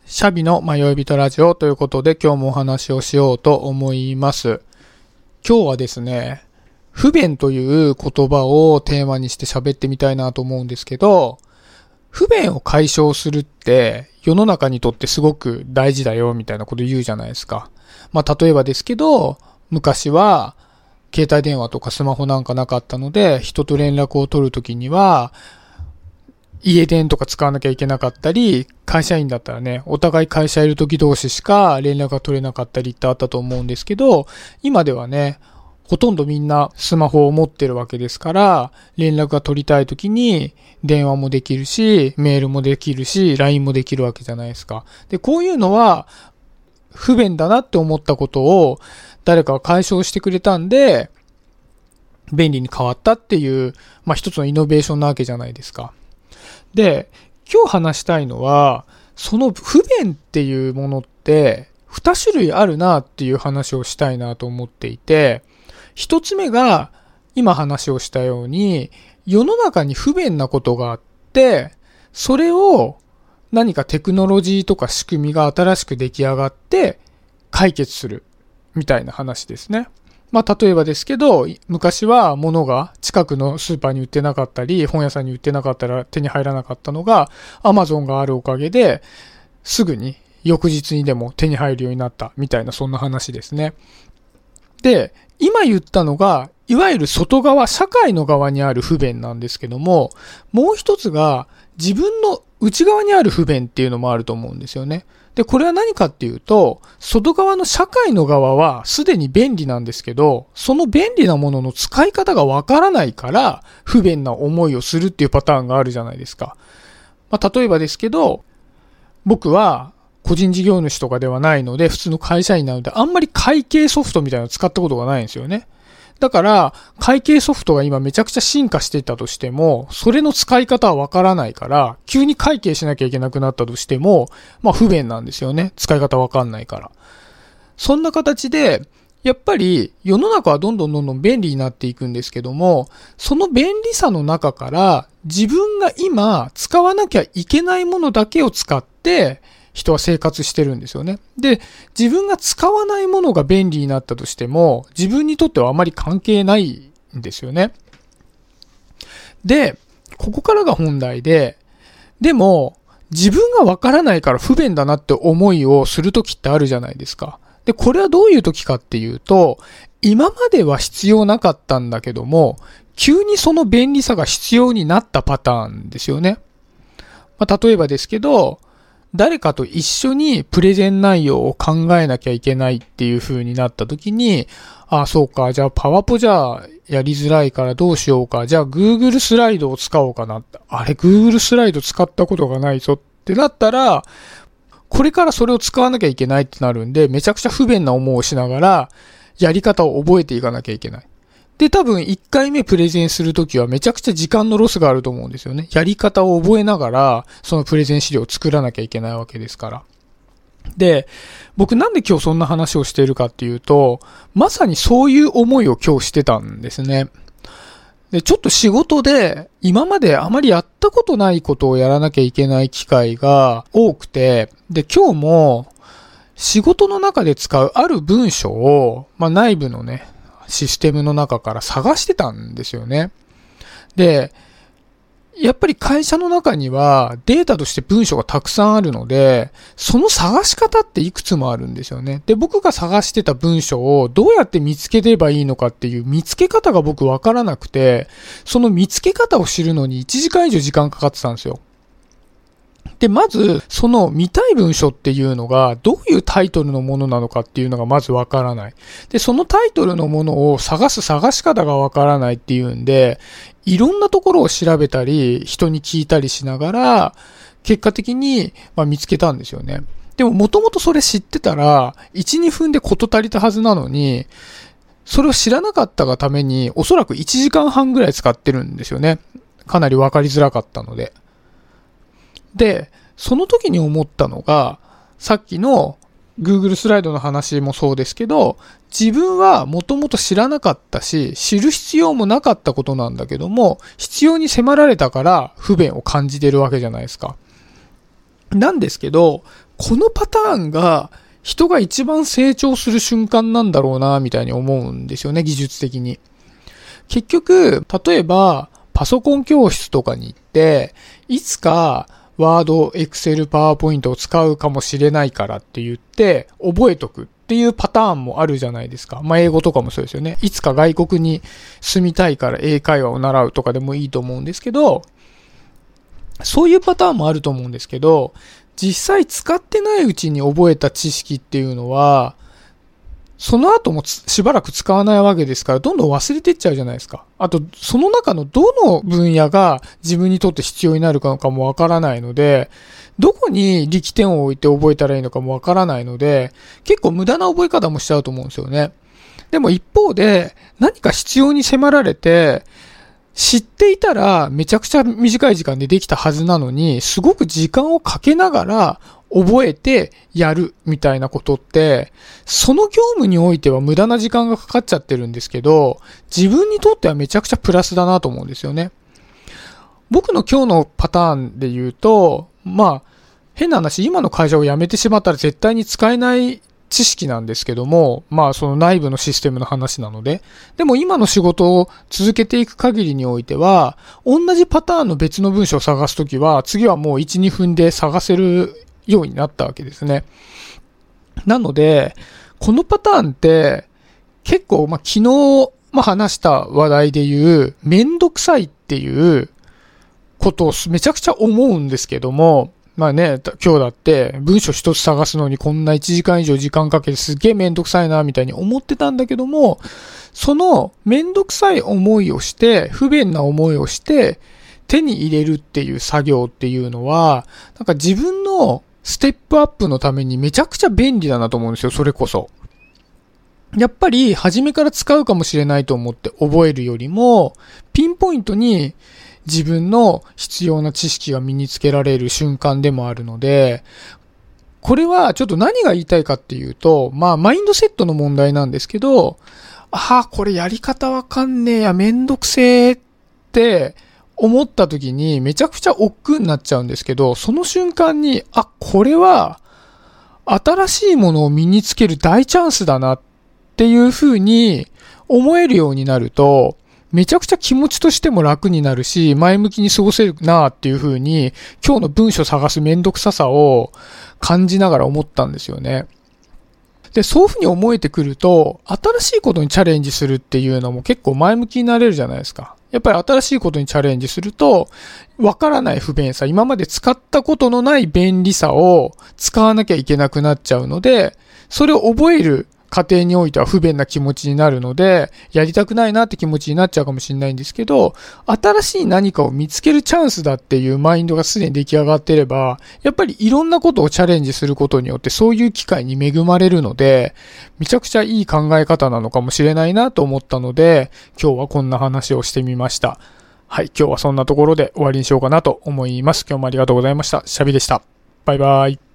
シャビの迷い人ラジオということで今日もお話をしようと思います。今日はですね、不便という言葉をテーマにして喋ってみたいなと思うんですけど、不便を解消するって世の中にとってすごく大事だよみたいなこと言うじゃないですか。例えばですけど、昔は携帯電話とかスマホなんかなかったので、人と連絡を取るときには家電とか使わなきゃいけなかったり、会社員だったらね、お互い会社いる時同士しか連絡が取れなかったりってあったと思うんですけど、今ではね、ほとんどみんなスマホを持ってるわけですから、連絡が取りたい時に電話もできるし、メールもできるし、LINE もできるわけじゃないですか。で、こういうのは不便だなって思ったことを誰かが解消してくれたんで、便利に変わったっていう、一つのイノベーションなわけじゃないですか。で、今日話したいのは、その不便っていうものって2種類あるなっていう話をしたいなと思っていて、一つ目が今話をしたように、世の中に不便なことがあって、それを何かテクノロジーとか仕組みが新しく出来上がって解決するみたいな話ですね。例えばですけど、昔は物が近くのスーパーに売ってなかったり、本屋さんに売ってなかったら手に入らなかったのが、Amazon があるおかげで、すぐに翌日にでも手に入るようになったみたいなそんな話ですね。で、今言ったのが、いわゆる外側、社会の側にある不便なんですけども、もう一つが自分の内側にある不便っていうのもあると思うんですよね。で、これは何かっていうと、外側の社会の側はすでに便利なんですけど、その便利なものの使い方がわからないから不便な思いをするっていうパターンがあるじゃないですか。例えばですけど、僕は個人事業主とかではないので、普通の会社員なので、あんまり会計ソフトみたいなの使ったことがないんですよね。だから、会計ソフトが今めちゃくちゃ進化していたとしても、それの使い方はわからないから、急に会計しなきゃいけなくなったとしても、不便なんですよね。使い方わかんないから。そんな形で、やっぱり世の中はどんどん便利になっていくんですけども、その便利さの中から自分が今使わなきゃいけないものだけを使って人は生活してるんですよね。で、自分が使わないものが便利になったとしても、自分にとってはあまり関係ないんですよね。で、ここからが本題で、でも自分がわからないから不便だなって思いをするときってあるじゃないですか。で、これはどういう時かっていうと、今までは必要なかったんだけども、急にその便利さが必要になったパターンですよね。例えばですけど、誰かと一緒にプレゼン内容を考えなきゃいけないっていう風になった時に、そうか、じゃあパワポじゃやりづらいからどうしようか、じゃあ Google スライドを使おうかな。Google スライド使ったことがないぞってなったら、これからそれを使わなきゃいけないってなるんで、めちゃくちゃ不便な思いをしながら、やり方を覚えていかなきゃいけない。で、多分1回目プレゼンするときはめちゃくちゃ時間のロスがあると思うんですよね。やり方を覚えながら、そのプレゼン資料を作らなきゃいけないわけですから。で、僕なんで今日そんな話をしているかっていうと、まさにそういう思いを今日してたんですね。で、ちょっと仕事で今まであまりやったことないことをやらなきゃいけない機会が多くて、で、今日も仕事の中で使うある文章を、内部のね、システムの中から探してたんですよね。で、やっぱり会社の中にはデータとして文章がたくさんあるので、その探し方っていくつもあるんですよね。で、僕が探してた文章をどうやって見つければいいのかっていう見つけ方が僕わからなくて、その見つけ方を知るのに1時間以上時間かかってたんですよ。で、まず、その見たい文書っていうのが、どういうタイトルのものなのかっていうのがまずわからない。で、そのタイトルのものを探す探し方がわからないっていうんで、いろんなところを調べたり、人に聞いたりしながら、結果的に、見つけたんですよね。でも、もともとそれ知ってたら、1、2分で事足りたはずなのに、それを知らなかったがために、おそらく1時間半ぐらい使ってるんですよね。かなりわかりづらかったので。で、その時に思ったのが、さっきの Google スライドの話もそうですけど、自分はもともと知らなかったし、知る必要もなかったことなんだけども、必要に迫られたから不便を感じてるわけじゃないですか。なんですけど、 このパターンが人が一番成長する瞬間なんだろうな、みたいに思うんですよね、技術的に。結局、例えば、パソコン教室とかに行って、いつか、ワード、エクセル、パワーポイントを使うかもしれないからって言って、覚えとくっていうパターンもあるじゃないですか。英語とかもそうですよね。いつか外国に住みたいから英会話を習うとかでもいいと思うんですけど、そういうパターンもあると思うんですけど、実際使ってないうちに覚えた知識っていうのは、その後もしばらく使わないわけですから、どんどん忘れていっちゃうじゃないですか。あと、その中のどの分野が自分にとって必要になるかもわからないので、どこに力点を置いて覚えたらいいのかもわからないので、結構無駄な覚え方もしちゃうと思うんですよね。でも一方で、何か必要に迫られて、知っていたらめちゃくちゃ短い時間でできたはずなのに、すごく時間をかけながら覚えてやるみたいなことって、その業務においては無駄な時間がかかっちゃってるんですけど、自分にとってはめちゃくちゃプラスだなと思うんですよね。僕の今日のパターンで言うと、変な話、今の会社を辞めてしまったら絶対に使えない知識なんですけども、その内部のシステムの話なので、でも今の仕事を続けていく限りにおいては、同じパターンの別の文章を探すときは、次はもう1、2分で探せるようになったわけですね。なので、このパターンって、結構、昨日、話した話題で言う、めんどくさいっていうことをめちゃくちゃ思うんですけども、今日だって文章一つ探すのにこんな1時間以上時間かけてすげえめんどくさいなみたいに思ってたんだけども、そのめんどくさい思いをして、不便な思いをして手に入れるっていう作業っていうのは、自分のステップアップのためにめちゃくちゃ便利だなと思うんですよ、それこそ。やっぱり初めから使うかもしれないと思って覚えるよりも、ピンポイントに自分の必要な知識が身につけられる瞬間でもあるので、これはちょっと何が言いたいかっていうと、マインドセットの問題なんですけど、これやり方わかんねえや、めんどくせえって思った時にめちゃくちゃ億劫になっちゃうんですけど、その瞬間に、これは新しいものを身につける大チャンスだなっていう風に思えるようになると、めちゃくちゃ気持ちとしても楽になるし、前向きに過ごせるなっていう風に、今日の文章探すめんどくささを感じながら思ったんですよね。で、そういう風に思えてくると、新しいことにチャレンジするっていうのも結構前向きになれるじゃないですか。やっぱり新しいことにチャレンジすると、わからない不便さ、今まで使ったことのない便利さを使わなきゃいけなくなっちゃうので、それを覚える過程においては不便な気持ちになるので、やりたくないなって気持ちになっちゃうかもしれないんですけど、新しい何かを見つけるチャンスだっていうマインドがすでに出来上がっていれば、やっぱりいろんなことをチャレンジすることによってそういう機会に恵まれるので、めちゃくちゃいい考え方なのかもしれないなと思ったので、今日はこんな話をしてみました。はい、今日はそんなところで終わりにしようかなと思います。今日もありがとうございました。シャビでした。バイバイ。